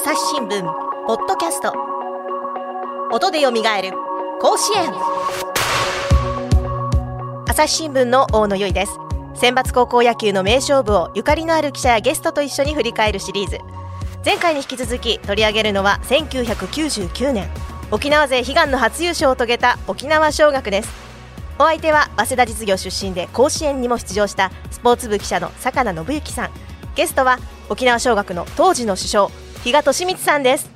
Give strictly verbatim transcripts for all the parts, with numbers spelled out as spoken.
朝日新聞ポッドキャスト、音でよみがえる甲子園。朝日新聞の大野由依です。選抜高校野球の名勝負をゆかりのある記者やゲストと一緒に振り返るシリーズ。前回に引き続き取り上げるのはせんきゅうひゃくきゅうじゅうきゅうねん沖縄勢悲願の初優勝を遂げた沖縄尚学です。お相手は早稲田実業出身で甲子園にも出場したスポーツ部記者の坂名信之さん。ゲストは沖縄尚学の当時の主将比嘉寿光さんです。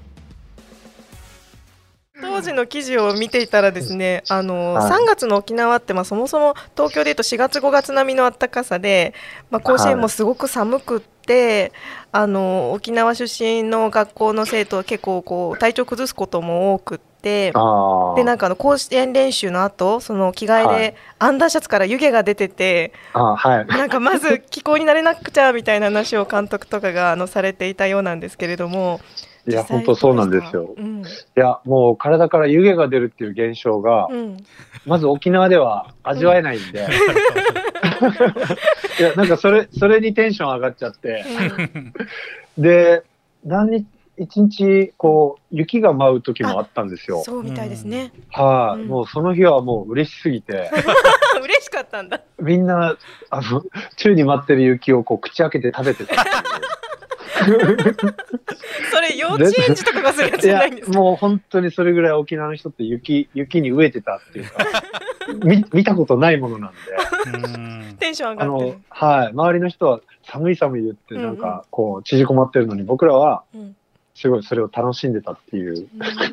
当時の記事を見ていたらですね、あの、はい、さんがつの沖縄って、まあ、そもそも東京でいうとしがつごがつ並みの暖かさで、まあ、甲子園もすごく寒くって、はい、あの沖縄出身の学校の生徒は結構こう体調崩すことも多くって、でなんかあの甲子園練習の後その着替えで、はい、アンダーシャツから湯気が出てて、あ、はい、なんかまず気候になれなくちゃみたいな話を監督とかがあのされていたようなんですけれども。 いや本当そうなんですよ、うん、いやもう体から湯気が出るっていう現象が、うん、まず沖縄では味わえないんで、うん、いやなんかそれそれにテンション上がっちゃって、うん、で何日一日こう雪が舞う時もあったんですよ。 そうみたいですね。 はい、うん、もうその日はもう嬉しすぎて嬉しかったんだ。みんなあの宙に舞ってる雪をこう口開けて食べてたっていうそれ幼稚園児とかがするやつじゃないんですか。 いやもう本当にそれぐらい沖縄の人って 雪, 雪に飢えてたっていうか見, 見たことないものなんでテンション上がってる。 あの、はい、周りの人は寒い寒い言ってなんかこう縮こまってるのに、僕らはすごいそれを楽しんでたっていう、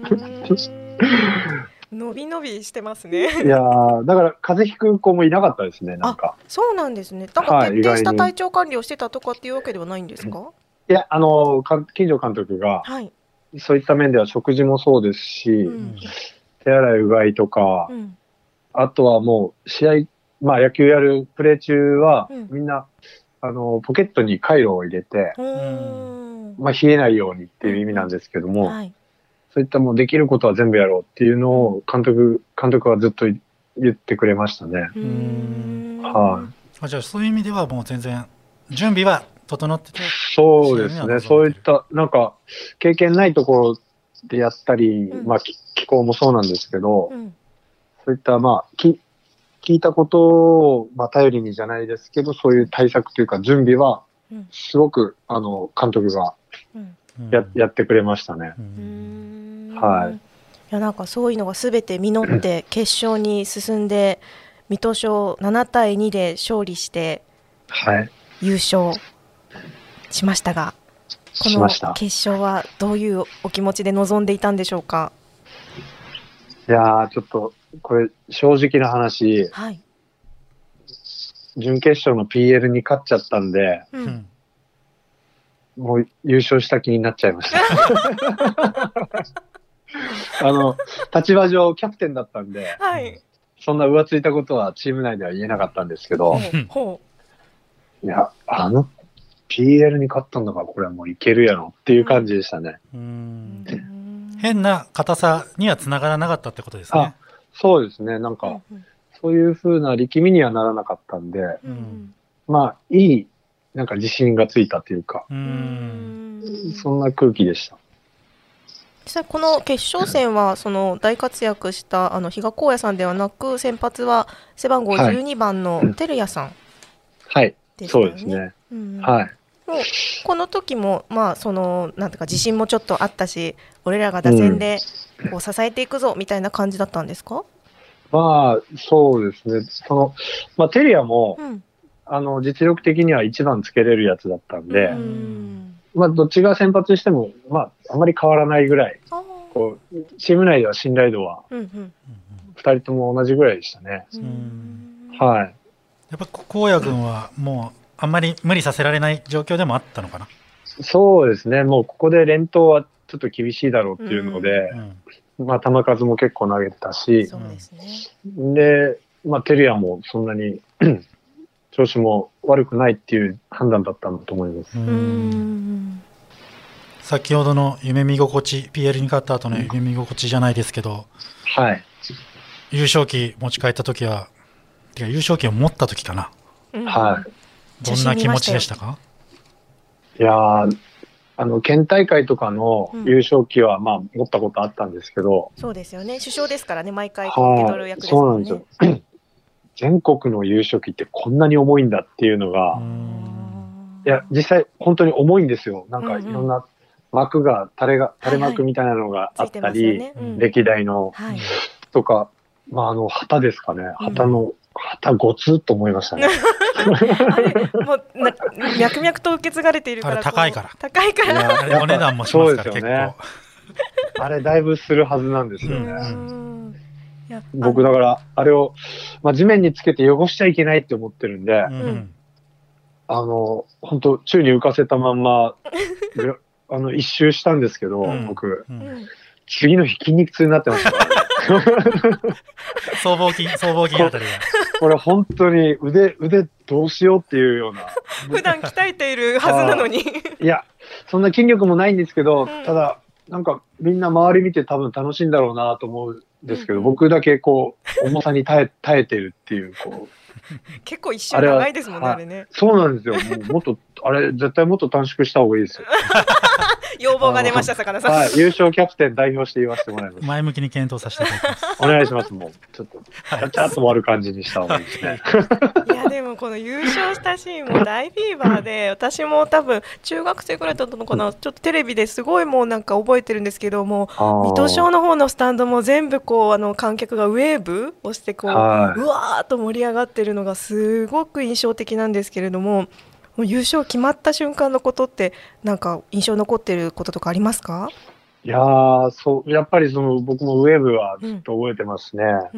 うんのびのびしてますね。 いやだから風邪ひく子もいなかったですね。なんかそうなんですね。なんか徹底した体調管理をしてたとかっていうわけではないんですか。 いや、あの金城監督が、はい、そういった面では食事もそうですし、うん、手洗いうがいとか、うん、あとはもう試合、まあ、野球やるプレー中は、うん、みんなあのポケットにカイロを入れて、うんまあ、冷えないようにっていう意味なんですけども、うんはい、そういったもうできることは全部やろうっていうのを監督、監督はずっと言ってくれましたね。うーん、はい、 あ、じゃあそういう意味ではもう全然準備は整ってて。 そうですね。そういったなんか経験ないところでやったり、うん、まあ気候もそうなんですけど、うん、そういったまあき聞いたことをまあ頼りにじゃないですけど、そういう対策というか準備はすごく、うん、あの監督がや、うん、やってくれましたね。うんはい。 いやなんかそういうのがすべて実って決勝に進んで水戸商ななたいにで勝利して優勝しましたが、この決勝はどういうお気持ちで臨んでいたんでしょうか。 いやーちょっとこれ正直な話、はい、準決勝の ピーエル に勝っちゃったんで、うん、もう優勝した気になっちゃいましたあの立場上キャプテンだったんで、はい、そんな浮ついたことはチーム内では言えなかったんですけど、いやあのピーエル に勝ったんだからこれはもういけるやろっていう感じでしたね。 うんうん変な硬さにはつながらなかったってことですね。 あそうですね。なんか、うん、そういう風な力みにはならなかったんで、うん、まあいいなんか自信がついたというか、うんそんな空気でした。 実際この決勝戦はその大活躍したあの比嘉公也さんではなく、先発は背番号じゅうにばんの照屋さん、 はい、はい、そうですね。うん、はい。 もうこの時もまあそのなんていうか自信もちょっとあったし、俺らが打線でこう支えていくぞみたいな感じだったんですか。うん、 まあそうですね。そのまあテリアも、うん、あの実力的にはいちばんつけれるやつだったんで、うんまあどっちが先発してもまああまり変わらないぐらい、こうチーム内では信頼度はふたりとも同じぐらいでしたね。うんはい。 やっぱ高野君はもうあんまり無理させられない状況でもあったのかな。 そうですね。もうここで連投はちょっと厳しいだろうっていうので、うんうん、まあ球数も結構投げてたし、そうですね。で、まあテリアもそんなに調子も悪くないっていう判断だったんだと思います。うーん先ほどの夢見心地 ピーエル に勝った後の夢見心地じゃないですけど、 うん、はい。 優勝旗持ち帰った時は、てか優勝旗を持った時かな。 うん、はい。 どんな気持ちでしたか。 いやーあの県大会とかの優勝旗はまあ持ったことあったんですけど、 うん、そうですよね、首相ですからね、毎回受け取る役ですもんね。 そうなんですよ全国の優勝旗ってこんなに重いんだっていうのが、いや実際本当に重いんですよ。なんかいろんな幕が垂れが垂れ幕みたいなのがあったり、はいはいねうん、歴代の、はい、とか、まああの旗ですかね、旗の、うん旗ごつっと思いましたね。 あれもうな脈々と受け継がれているから、 高いから高いからお値段もしますから、 そうですよね、結構あれだいぶするはずなんですよね。うん僕だからあれを、まあ、地面につけて汚しちゃいけないって思ってるんで、うん、あの本当宙に浮かせたまんまあの一周したんですけど、うん、僕、うん、次の日筋肉痛になってましたからね。 僧帽筋、僧帽筋あたりが。 これ本当に腕、腕どうしようっていうような。 普段鍛えているはずなのに。 いや、そんな筋力もないんですけど、うん、ただ、なんかみんな周り見て多分楽しいんだろうなと思うんですけど、うん、僕だけこう、重さに耐え、耐えてるっていう、こう。 結構一瞬長いですもんね、あれね。 そうなんですよ。もうもっと、あれ、絶対もっと短縮した方がいいですよ。 要望が出ました、坂田さん。 はい、優勝キャプテン代表して言わせてもらいます。 前向きに検討させていただきます。 お願いします。もうちょっとちゃちゃっと終わる感じにした方がいいですね。 いやでもこの優勝したシーンも大フィーバーで、私も多分中学生ぐらいだったのかな、ちょっとテレビですごいもうなんか覚えてるんですけども、水戸賞の方のスタンドも全部こうあの観客がウェーブをしてこう、はい、うわーっと盛り上がってるのがすごく印象的なんですけれども。もう優勝決まった瞬間のことってなんか印象残ってることとかありますか？ いやーそうやっぱりその僕もウェーブはずっと覚えてますね、うん、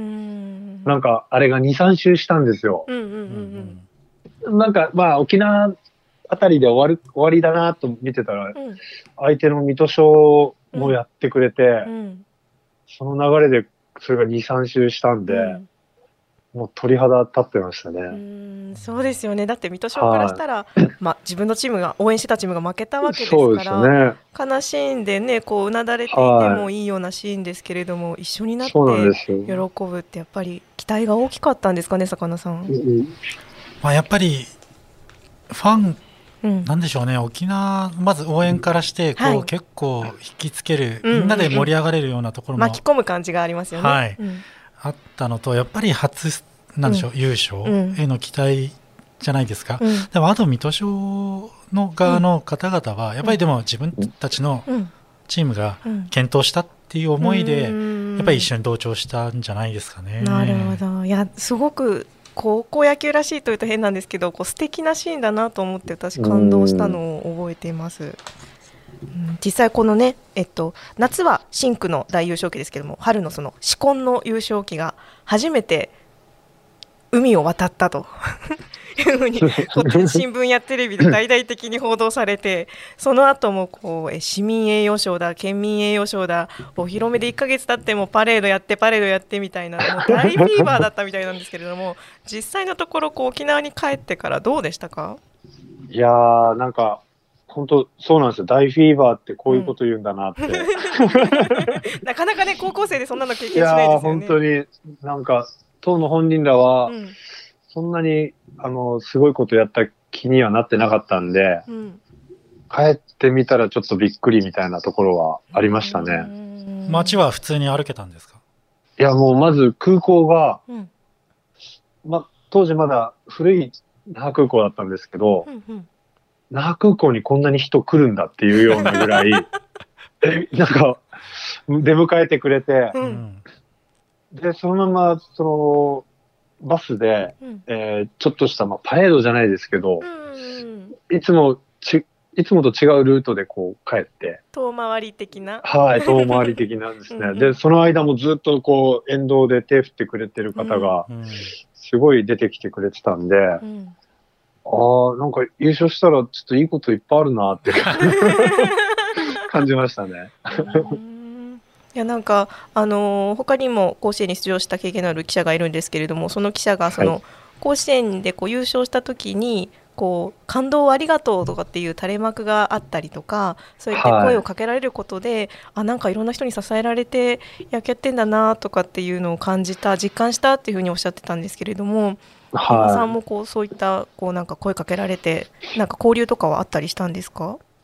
なんかあれが にさん 周したんですよ、うんうんうんうん、なんかまあ沖縄あたりで終わる終わりだなと見てたら、うん、相手の水戸賞もやってくれて、うんうん、その流れでそれが にさん 周したんで、うんもう鳥肌立ってましたね。 うんそうですよね。だって水戸賞からしたら、まあ、自分のチームが応援してたチームが負けたわけですから、ね、悲しんでねこううなだれていてもいいようなシーンですけれども、一緒になって喜ぶってやっぱり期待が大きかったんですかね、魚さん。うん、 まあ、やっぱりファン、うん、なんでしょうね、沖縄まず応援からしてこう、はい、結構引きつける、みんなで盛り上がれるようなところも、 巻き込む感じがありますよね。 はいうんあったのと、やっぱり初なんでしょう、うん、優勝への期待じゃないですか、うん、でもあと水戸賞の側の方々はやっぱりでも自分たちのチームが健闘したっていう思いでやっぱり一緒に同調したんじゃないですかね。 なるほど。いやすごく高校野球らしいというと変なんですけど、こう素敵なシーンだなと思って私感動したのを覚えています。実際このね、えっと、夏は深紅の大優勝旗ですけども、春のその紫紺の優勝旗が初めて海を渡ったというふうに新聞やテレビで大々的に報道されて、その後もこう市民栄誉賞だ県民栄誉賞だお披露目でいっかげつ経ってもパレードやってパレードやってみたいな、もう大フィーバーだったみたいなんですけれども、実際のところこう沖縄に帰ってからどうでしたか？ いやーなんか本当そうなんですよ。大フィーバーってこういうこと言うんだなって、うん、 なかなかね高校生でそんなの経験しないですよね。いや本当になんか当の本人らは、うん、そんなにあのすごいことやった気にはなってなかったんで、うん、帰ってみたらちょっとびっくりみたいなところはありましたね。 街は普通に歩けたんですか？ いやもうまず空港が、うんま、当時まだ古い那覇空港だったんですけど、うんうん那覇空港にこんなに人来るんだっていうようなぐらいなんか出迎えてくれて、うん、でそのままそのバスで、うんえー、ちょっとした、まあ、パレードじゃないですけど、うんうん、いつもちいつもと違うルートでこう帰って遠回り的なはい遠回り的なんですねうん、うん、でその間もずっとこう沿道で手振ってくれてる方がすごい出てきてくれてたんで、うんああ、なんか優勝したらちょっといいこといっぱいあるなって感じましたね。 いやなんか、あのー、他にも甲子園に出場した経験のある記者がいるんですけれども、その記者がその、はい、甲子園でこう優勝した時にこう感動をありがとうとかっていう垂れ幕があったりとか、そうやって声をかけられることで、はい、あなんかいろんな人に支えられて野球やってんだなとかっていうのを感じた実感したっていうふうにおっしゃってたんですけれども、はい、さんもこうそういったこうなんか声かけられてなんか交流とかはあったりしたんですか？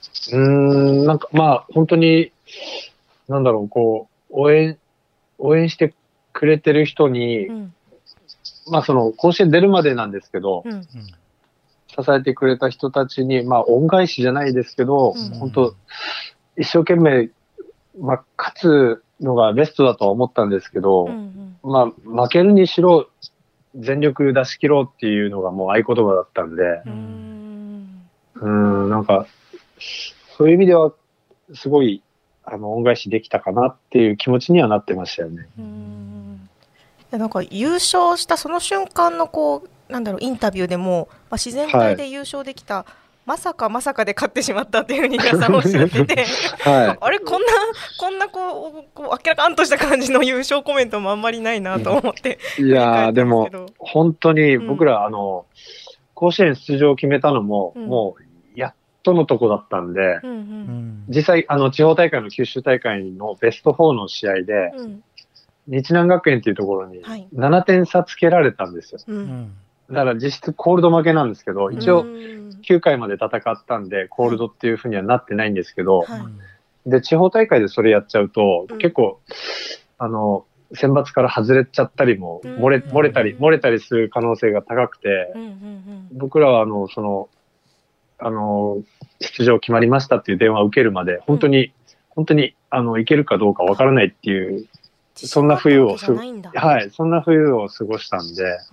うーん、なんかまあ本当に、なんだろう、こう、応援、応援してくれてる人に、うん、まあその甲子園出るまでなんですけど、うん、支えてくれた人たちに、まあ恩返しじゃないですけど、うん、本当、一生懸命、まあ勝つのがベストだとは思ったんですけど、うんうん、まあ負けるにしろ、全力出し切ろうっていうのがもう合言葉だったんで、うーん、うーん、なんか、そういう意味では、すごい、あの、恩返しできたかなっていう気持ちにはなってましたよね。 うーん、いやなんか優勝したその瞬間のこう、なんだろう、インタビューでも、まあ、自然体で優勝できた、はい、まさかまさかで勝ってしまったっていうふうに皆さんおっしゃってて、はい、あれこんなこんなこう、こう明らかんとした感じの優勝コメントもあんまりないなと思って、 いやーでも本当に僕ら、うん、あの甲子園出場を決めたのも、うん、もうやっとのとこだったんで、うんうん、実際あの地方大会の九州大会のベストフォーの試合で、うん、日南学園っていうところにななてん差つけられたんですよ、うん、だから実質コールド負けなんですけど、一応きゅうかいまで戦ったんでコールドっていうふうにはなってないんですけど、はい、で地方大会でそれやっちゃうと、うん、結構あの選抜から外れちゃったりも漏れ、漏れたり漏れたりする可能性が高くて、うんうんうん、僕らはあのそのあの出場決まりましたっていう電話を受けるまで本当に、うん、本当にあのいけるかどうかわからないっていうそんな冬をはいそんな冬を過ごしたんで、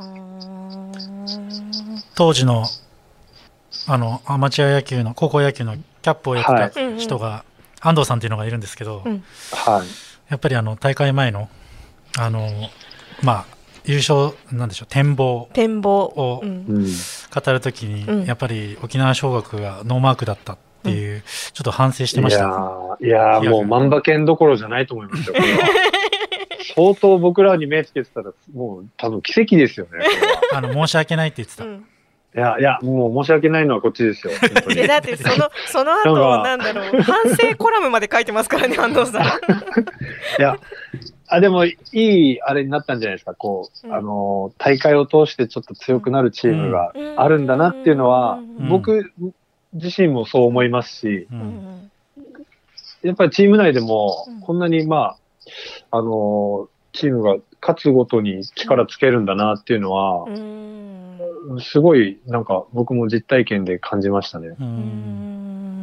当時のあのアマチュア野球の高校野球のキャップをやってた人が、はい、安藤さんっていうのがいるんですけど、うん、やっぱりあの大会前のあのまあ優勝なんでしょう展望展望を語るときに、うん、やっぱり沖縄尚学がノーマークだったっていう、うん、ちょっと反省してました。 いやいやもう万馬券どころじゃないと思いますよ。これは相当僕らに目つけてたらもう多分奇跡ですよね。 あの申し訳ないって言ってた。うん、 いやいやもう申し訳ないのはこっちですよ。本当にだってそのその後なんだろう反省コラムまで書いてますからね安藤さん。いやあでもいいあれになったんじゃないですか。こう、うん、あの大会を通してちょっと強くなるチームがあるんだなっていうのは、うん、僕自身もそう思いますし、うん、やっぱりチーム内でもこんなにまああのチームが勝つごとに力つけるんだなっていうのは、うん、すごいなんか僕も実体験で感じましたね。うん、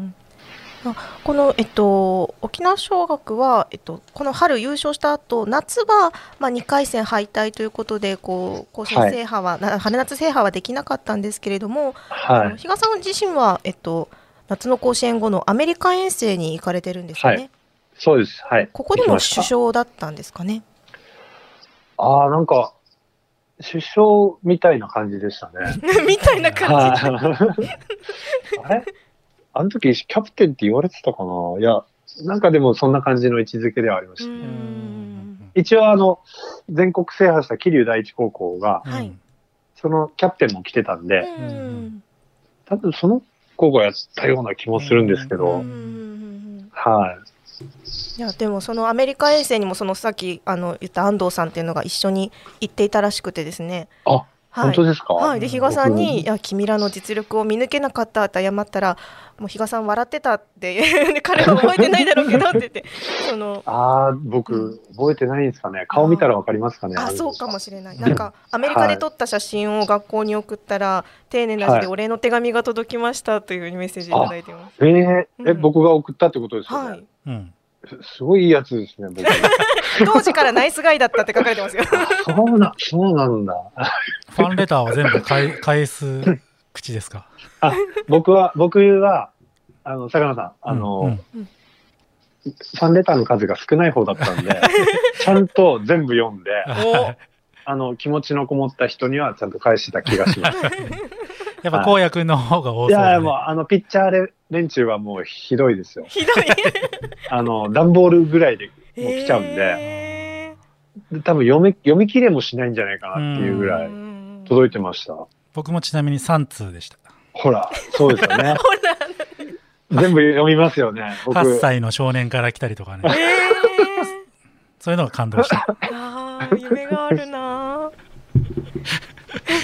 この、えっと、沖縄尚学は、えっと、この春優勝した後夏は、まあ、にかい戦敗退ということでこう甲子園制覇は、はい、春夏制覇はできなかったんですけれども、はい、あの比嘉さん自身は、えっと、夏の甲子園後のアメリカ遠征に行かれてるんですよね。はい、 そうです、はい、 ここでも首相だったんですかね。 ああなんか首相みたいな感じでしたね。 みたいな感じ。 あれあの時キャプテンって言われてたかな。いやなんかでもそんな感じの位置づけではありましたね。一応あの全国制覇した桐生第一高校が、はい、そのキャプテンも来てたんで、ん多分その子がやったような気もするんですけど、はい。 いやでもそのアメリカ遠征にもそのさっきあの言った安藤さんっていうのが一緒に行っていたらしくてですね。 あ、はい、本当ですか。 はい、で比嘉さんにいや君らの実力を見抜けなかったって謝ったらもう比嘉さん笑ってたって彼は覚えてないだろうけどって言ってそのああ僕、うん、覚えてないんですかね。顔見たらわかりますかね。 ああそうかもしれない。なんかアメリカで撮った写真を学校に送ったら、はい、丁寧な字でお礼の手紙が届きましたというふうにメッセージいただいてます。 えー、え、うん、僕が送ったってことですよね。はい、うんすごいいいやつですね。僕当時からナイスガイだったって書かれてますよ。 そうな、そうなんだ。 ファンレターは全部返返す口ですか。 あ、僕は僕はあの坂野さんあの、うんうん、ファンレターの数が少ない方だったんで、ちゃんと全部読んで、あの気持ちのこもった人にはちゃんと返した気がします。 やっぱ荒野君の方が多そうだね。 いやもうあのピッチャーレ連中はもうひどいですよ。 ひどい。 あの段ボールぐらいでもう来ちゃうんで、多分読み読み切れもしないんじゃないかなっていうぐらい届いてました。 僕もちなみにさん通でした。 ほらそうですよね。全部読みますよね。 僕はっさいの少年から来たりとかね。そういうのが感動した。 あ夢があるな。 す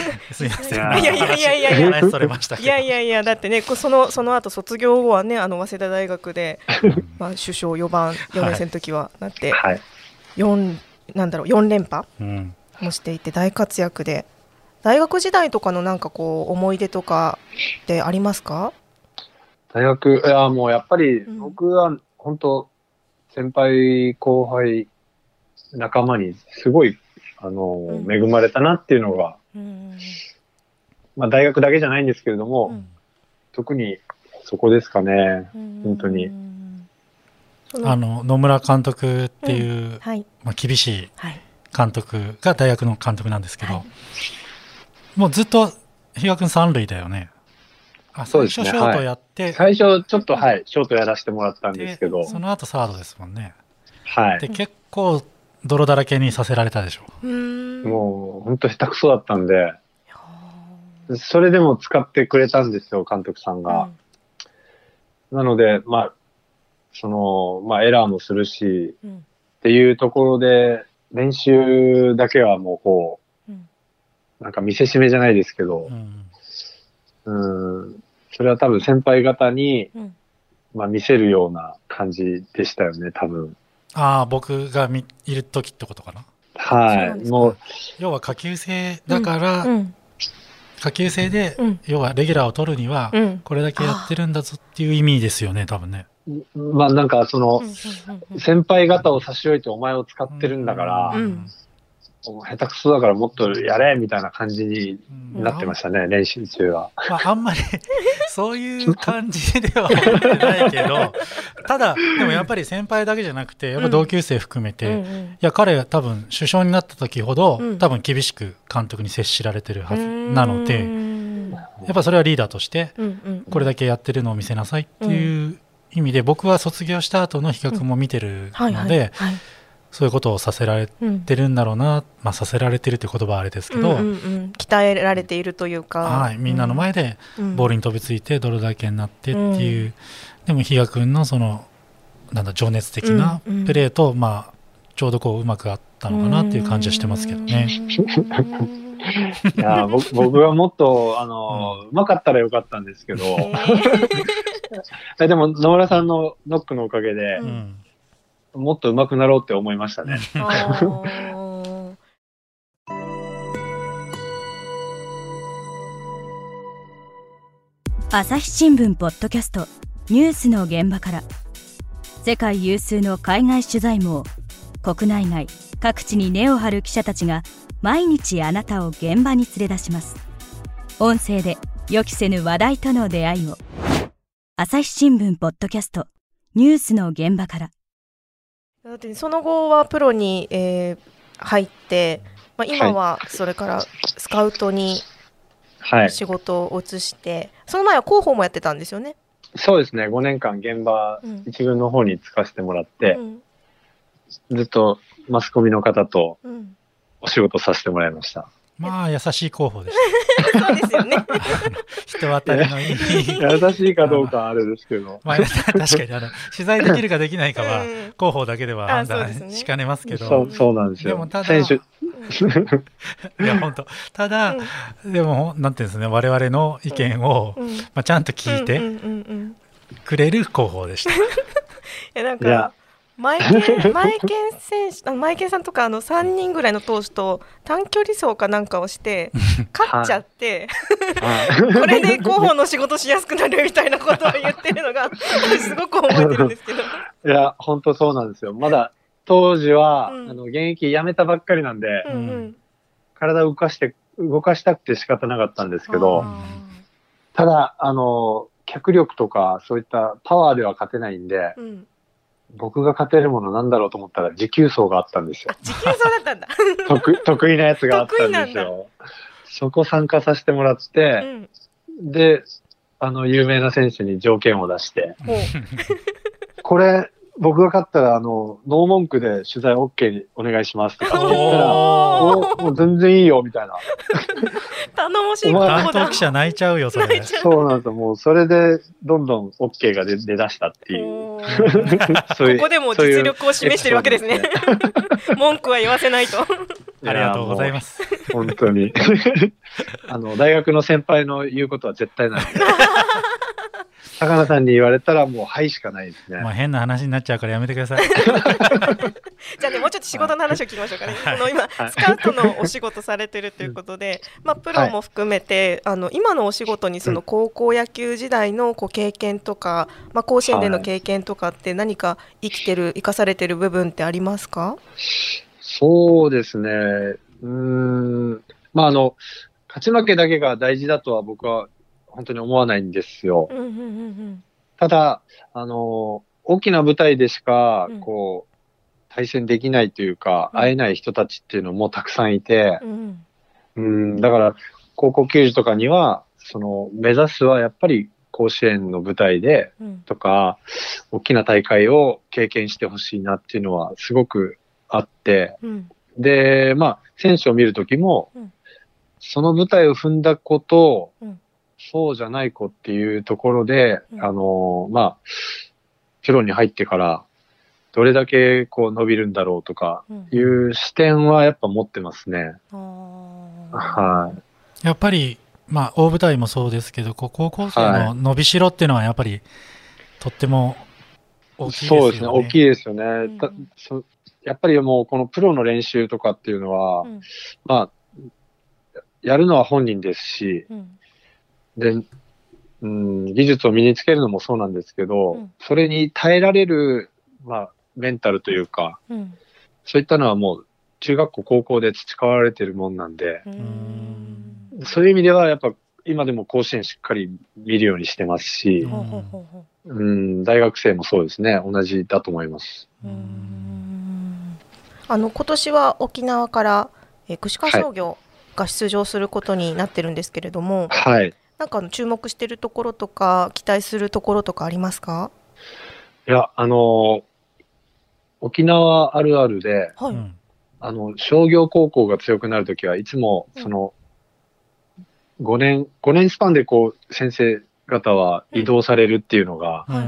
すみません。 いやいやいやいやいや話それましたけど。 いやいやいや、だってね、そのその後卒業後はね、あの早稲田大学でまあ首相よばんよねん生の時はなって、はい、よんなんだろうよん連覇もしていて大活躍で、大学時代とかのなんかこう思い出とかってありますか？ 大学、いやもうやっぱり僕は本当先輩後輩仲間にすごいあの、うん、恵まれたなっていうのが、うん、まあ大学だけじゃないんですけれども、うん、特にそこですかね、うん、本当に。 あの野村監督っていう、うんはい、まあ、厳しい監督が大学の監督なんですけど、はい、もうずっと比嘉君三塁だよね。あ、最初ショートやって、 はい、最初ちょっとはいショートやらせてもらったんですけど、 その後サードですもんね。 はい。 で結構泥だらけにさせられたでしょ。 うーんもう本当下手くそだったんで、それでも使ってくれたんですよ監督さんが。うん、なのでまあそのまあエラーもするし、うん、っていうところで練習だけはもうこう、うん、なんか見せしめじゃないですけど。うんうん、それは多分先輩方に、うんまあ、見せるような感じでしたよね多分。 ああ僕がみいる時ってことかな。 はいもう要は下級生だから、うんうん、下級生で、うん、要はレギュラーを取るには、うん、これだけやってるんだぞっていう意味ですよね多分ね。 まあなんかその、うん、先輩方を差し置いてお前を使ってるんだから、うんうん下手くそだからもっとやれみたいな感じになってましたね、うん、練習中は。 まあ、あんまりそういう感じでは思ってないけどただでもやっぱり先輩だけじゃなくてやっぱ同級生含めて、うんうんうん、いや彼が多分首相になった時ほど、うん、多分厳しく監督に接しられてるはずなので、やっぱそれはリーダーとしてこれだけやってるのを見せなさいっていう意味で、僕は卒業した後の比嘉君も見てるので、そういうことをさせられてるんだろうな、うん、まあ、させられてるって言葉はあれですけど、うんうんうん、 鍛えられているというか、 はい、みんなの前でボールに飛びついて泥だけになってっていう、うん、でも比嘉君のそのなんだ情熱的なプレーと、うんうん、まあ、ちょうどこううまくあったのかなっていう感じはしてますけどね。 いや僕はもっとあの、うん、うまかったらよかったんですけど、えー、でも野村さんのノックのおかげで、うんもっと上手くなろうって思いましたね。 朝日新聞ポッドキャストニュースの現場から、世界有数の海外取材網、国内外各地に根を張る記者たちが毎日あなたを現場に連れ出します。音声で予期せぬ話題との出会いを。朝日新聞ポッドキャストニュースの現場から。 だってその後はプロに、えー、入って、まあ、今はそれからスカウトに仕事を移して、はい、その前は広報もやってたんですよね。 そうですね、ごねんかん現場一軍の方に就かせてもらって、うん、ずっとマスコミの方とお仕事させてもらいました。 まあ優しい広報でしたそうですよね人当たりのいい優しいかどうかはあれですけど、 まあ、確かにあの取材できるかできないかは広報だけでは判断しかねますけど、 そうそうなんですよ。 でもただ選手いや本当ただ、うん、でもなんていうんですね、我々の意見を、うんまあ、ちゃんと聞いてくれる広報でした。いやなんかマイケン、マイケン選手、あのマイケンさんとかあのさんにんぐらいの投手と短距離走かなんかをして勝っちゃって、これで広報の仕事しやすくなるみたいなことを言ってるのがすごく覚えてるんですけどいや本当そうなんですよ。まだ当時は、うん、あの現役辞めたばっかりなんで、うんうん、体を動かして動かしたくて仕方なかったんですけど、ただあの脚力とかそういったパワーでは勝てないんで、うん僕が勝てるものなんだろうと思ったら持久走があったんですよ。 持久走だったんだ得, 得意なやつがあったんですよ。そこ参加させてもらって、うん、であの有名な選手に条件を出してこれ僕が勝ったらあのノー文句で取材 OK にお願いしますとかって言ったらおもう全然いいよみたいな頼もしい担当記者泣いちゃうよそれ。 そうなんですよ。もうそれでどんどん OK が出だしたっていうそういうここでも実力を示してるわけですね文句は言わせないとありがとうございます。 本当にあの大学の先輩の言うことは絶対ない高野さんに言われたらもうはいしかないですね。 まあ変な話になっちゃうからやめてくださいじゃあね、もうちょっと仕事の話を聞きましょうかね。はい、この今、はい、スカウトのお仕事されてるということで、まあ、プロも含めて、はい、あの今のお仕事にその高校野球時代のこう経験とか、まあ、甲子園での経験とかって何か生きてる生かされてる部分ってありますか？ そうですね、うーん、まああの勝ち負けだけが大事だとは僕は本当に思わないんですよ。うんうんうんうん、ただあの大きな舞台でしかこう、うん、対戦できないというか、うん、会えない人たちっていうのもたくさんいて、うんうん、だから高校球児とかにはその目指すはやっぱり甲子園の舞台でとか、うん、大きな大会を経験してほしいなっていうのはすごくあって、うん、でまあ選手を見るときも、うん、その舞台を踏んだ子と、うん、そうじゃない子っていうところで、うん、あのまあプロに入ってからどれだけこう伸びるんだろうとかいう視点はやっぱ持ってますね。うん、 はい。やっぱりまあ大舞台もそうですけど、こう高校生の伸びしろっていうのはやっぱりとっても大きいですよね。 そうですね、大きいですよね。うん、たそやっぱりもうこのプロの練習とかっていうのは、うん、まあやるのは本人ですし、うん、で、うん、技術を身につけるのもそうなんですけど、うん、それに耐えられる、まあ、メンタルというか、うん、そういったのはもう中学校高校で培われてるもんなんで、うん、そういう意味ではやっぱ今でも甲子園しっかり見るようにしてますし、うんうん、大学生もそうですね、同じだと思います。うん、 あの今年は沖縄からえ串川商業が出場することになってるんですけれども、はい、なんか注目しているところとか期待するところとかありますか？ いや、あの沖縄あるあるで、はい、あの商業高校が強くなるときはいつもその、うん、ごねんごねんスパンでこう先生方は移動されるっていうのが、うん、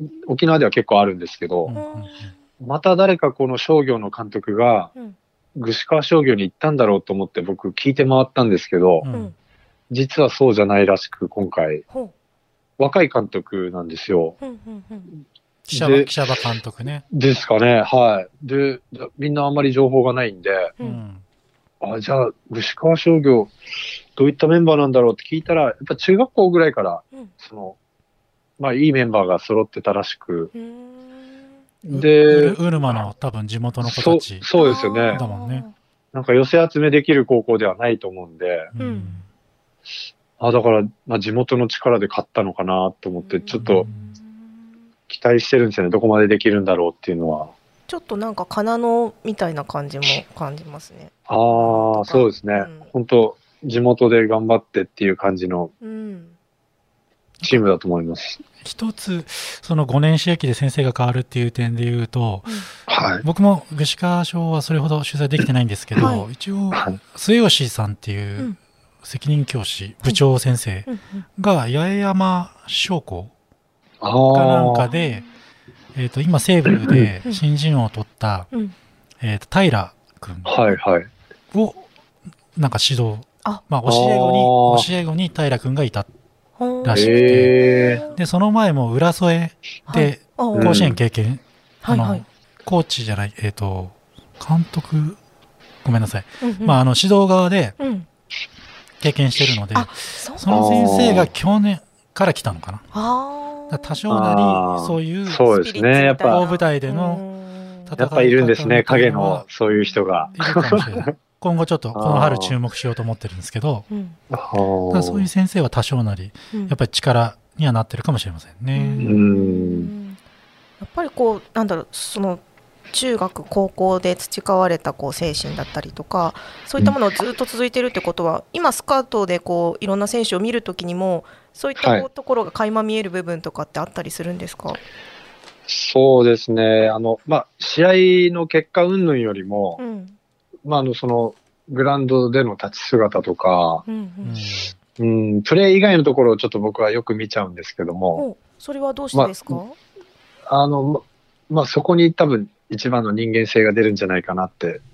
沖縄では結構あるんですけど、うん、また誰かこの商業の監督が、うん串川商業に行ったんだろうと思って僕聞いて回ったんですけど、うん、実はそうじゃないらしく今回、うん、若い監督なんですよ。うんうんうん、 記者場、記者場監督ね。 ですかね、はい。で、みんなあんまり情報がないんで、うん、あ、じゃあ串川商業どういったメンバーなんだろうって聞いたら、やっぱ中学校ぐらいから、うん、その、まあいいメンバーが揃ってたらしく、 で、ウルマの多分地元の子たち、 そ、そうですよね。 だもんね。 なんか寄せ集めできる高校ではないと思うんで、うん、あだから、まあ、地元の力で勝ったのかなと思って、ちょっと期待してるんですよね、どこまでできるんだろうっていうのは。 ちょっとなんか、かなのみたいな感じも感じますね。 ああ、そうですね、うん、本当、地元で頑張ってっていう感じの。うんチームだと思います。 一つそのごねん四季で先生が変わるっていう点でいうと、はい、僕も串川商はそれほど取材できてないんですけど、はい、一応、はい、末吉さんっていう責任教師、うん、部長先生が八重山商工かなんかで、えー、と今西部で新人王を取った、うん、えー、と平君をなんか指導、あ、まあ、教え子に教え子に平君がいたらしくて、でその前も浦添で甲子園経験、はい、あの、はいはい、コーチじゃない、えーと監督ごめんなさい、うんうん、まあ、あの指導側で経験してるので、うん、その先生が去年から来たのかな。あだ多少なりそういうそうですね、やっぱ大舞台での戦いやっぱいるんですね、影のそういう人がいるかもしれない今後ちょっとこの春注目しようと思ってるんですけど、うん、だそういう先生は多少なりやっぱり力にはなってるかもしれませんね。うん、 やっぱりこうなんだろう、その中学高校で培われたこう精神だったりとかそういったものをずっと続いてるってことは、うん、今スカウトでこういろんな選手を見るときにもそういったこう、はい、ところが垣間見える部分とかってあったりするんですか？ そうですね、あの、まあ、試合の結果云々よりも、うんまあ、あのそのグラウンドでの立ち姿とか、うんうんうん、プレー以外のところをちょっと僕はよく見ちゃうんですけども、 それはどうしてですか？ まああのまあ、そこに多分一番の人間性が出るんじゃないかなって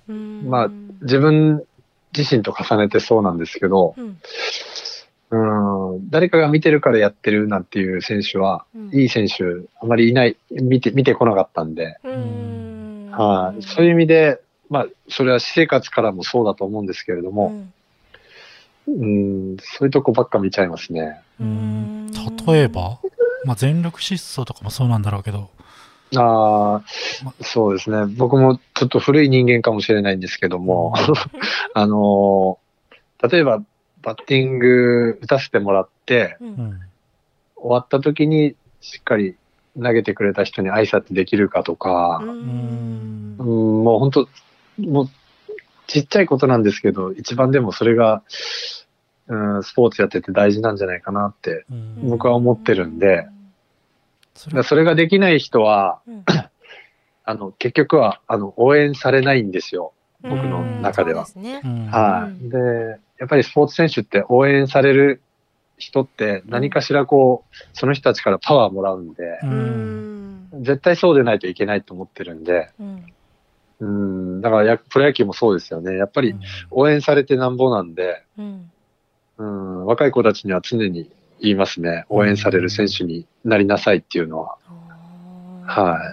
まあ、自分自身と重ねてそうなんですけど、うん、うん誰かが見てるからやってるなんていう選手は、うん、いい選手あまりいない、見て、見てこなかったんで、うんはい、そういう意味で、まあ、それは私生活からもそうだと思うんですけれども、うん、うんそういうとこばっか見ちゃいますね。 うん例えば、まあ、全力疾走とかもそうなんだろうけど、 ああ、そうですね。僕もちょっと古い人間かもしれないんですけども、あのー、例えばバッティング打たせてもらって、うん、終わった時にしっかり投げてくれた人に挨拶できるかとか、うんうんもう本当、もうちっちゃいことなんですけど、一番でもそれが、うん、スポーツやってて大事なんじゃないかなって僕は思ってるんで、それ, それができない人は、うん、あの結局はあの応援されないんですよ、僕の中では。そうですね。はい。で、やっぱりスポーツ選手って応援される人って何かしらこう、その人たちからパワーもらうんで、うん絶対そうでないといけないと思ってるんで、うんうんだからやプロ野球もそうですよね。やっぱり応援されてなんぼなんで、うん、うん若い子たちには常に言いますね。応援される選手になりなさいっていうのは。はい。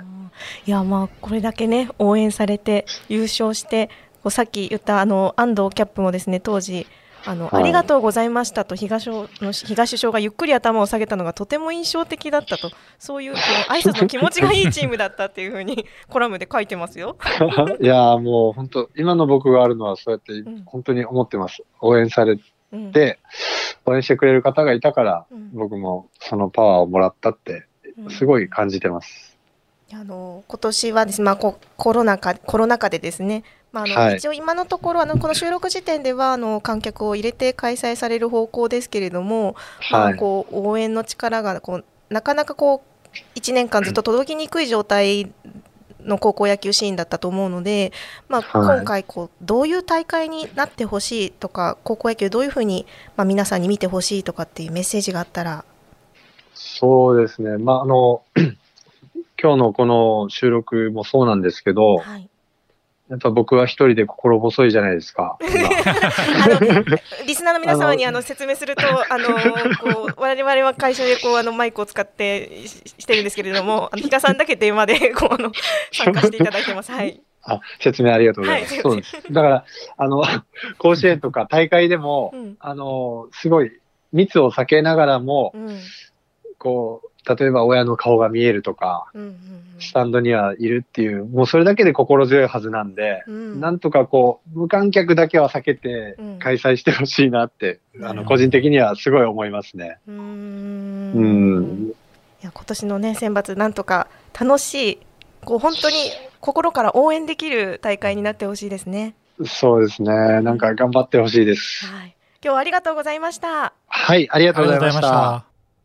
いや、まあ、これだけね、応援されて優勝して、こうさっき言ったあの安藤キャップもですね、当時、あの、はい、ありがとうございましたと東の東首相がゆっくり頭を下げたのがとても印象的だったと、そういうこう挨拶の気持ちがいいチームだったっていうふうにコラムで書いてますよ。 いや、もう本当、今の僕があるのはそうやって本当に思ってます。うん、応援されて、うん、応援してくれる方がいたから、うん、僕もそのパワーをもらったってすごい感じてます。 うん、あの今年はですね、まあ、こコロナ禍コロナ禍でですね、まああのはい、一応今のところあのこの収録時点ではあの観客を入れて開催される方向ですけれども、はいまあ、こう応援の力がこうなかなかこういちねんかんずっと届きにくい状態の高校野球シーンだったと思うので、まあ、今回こうどういう大会になってほしいとか、高校野球どういうふうに、まあ、皆さんに見てほしいとかっていうメッセージがあったら。 そうですね、まあ、あの今日のこの収録もそうなんですけど、はい、やっぱ僕は一人で心細いじゃないですか。 あのリスナーの皆様にあの説明すると、あのこう我々は会社でこうあのマイクを使ってし、してるんですけれども、あの比嘉さんだけ電話でこうあの参加していただいてます。はい。 あ、説明ありがとうございます。はい、そうです。だからあの甲子園とか大会でも、うん、あのすごい密を避けながらも、うん、こう。例えば親の顔が見えるとか、うんうんうん、スタンドにはいるっていう、もうそれだけで心強いはずなんで、うん、なんとかこう、無観客だけは避けて開催してほしいなって、うん、あの個人的にはすごい思いますね。うーんうんいや今年のね、選抜なんとか楽しい、こう本当に心から応援できる大会になってほしいですね。 そうですね。なんか頑張ってほしいです。 はい。今日はありがとうございました。 はい、ありがとうございました。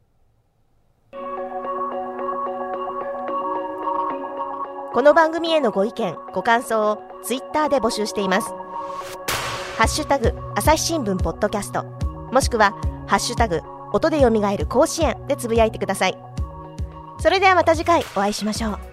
この番組へのご意見、ご感想をツイッターで募集しています。ハッシュタグ朝日新聞ポッドキャスト、もしくはハッシュタグ音でよみがえる甲子園でつぶやいてください。それではまた次回お会いしましょう。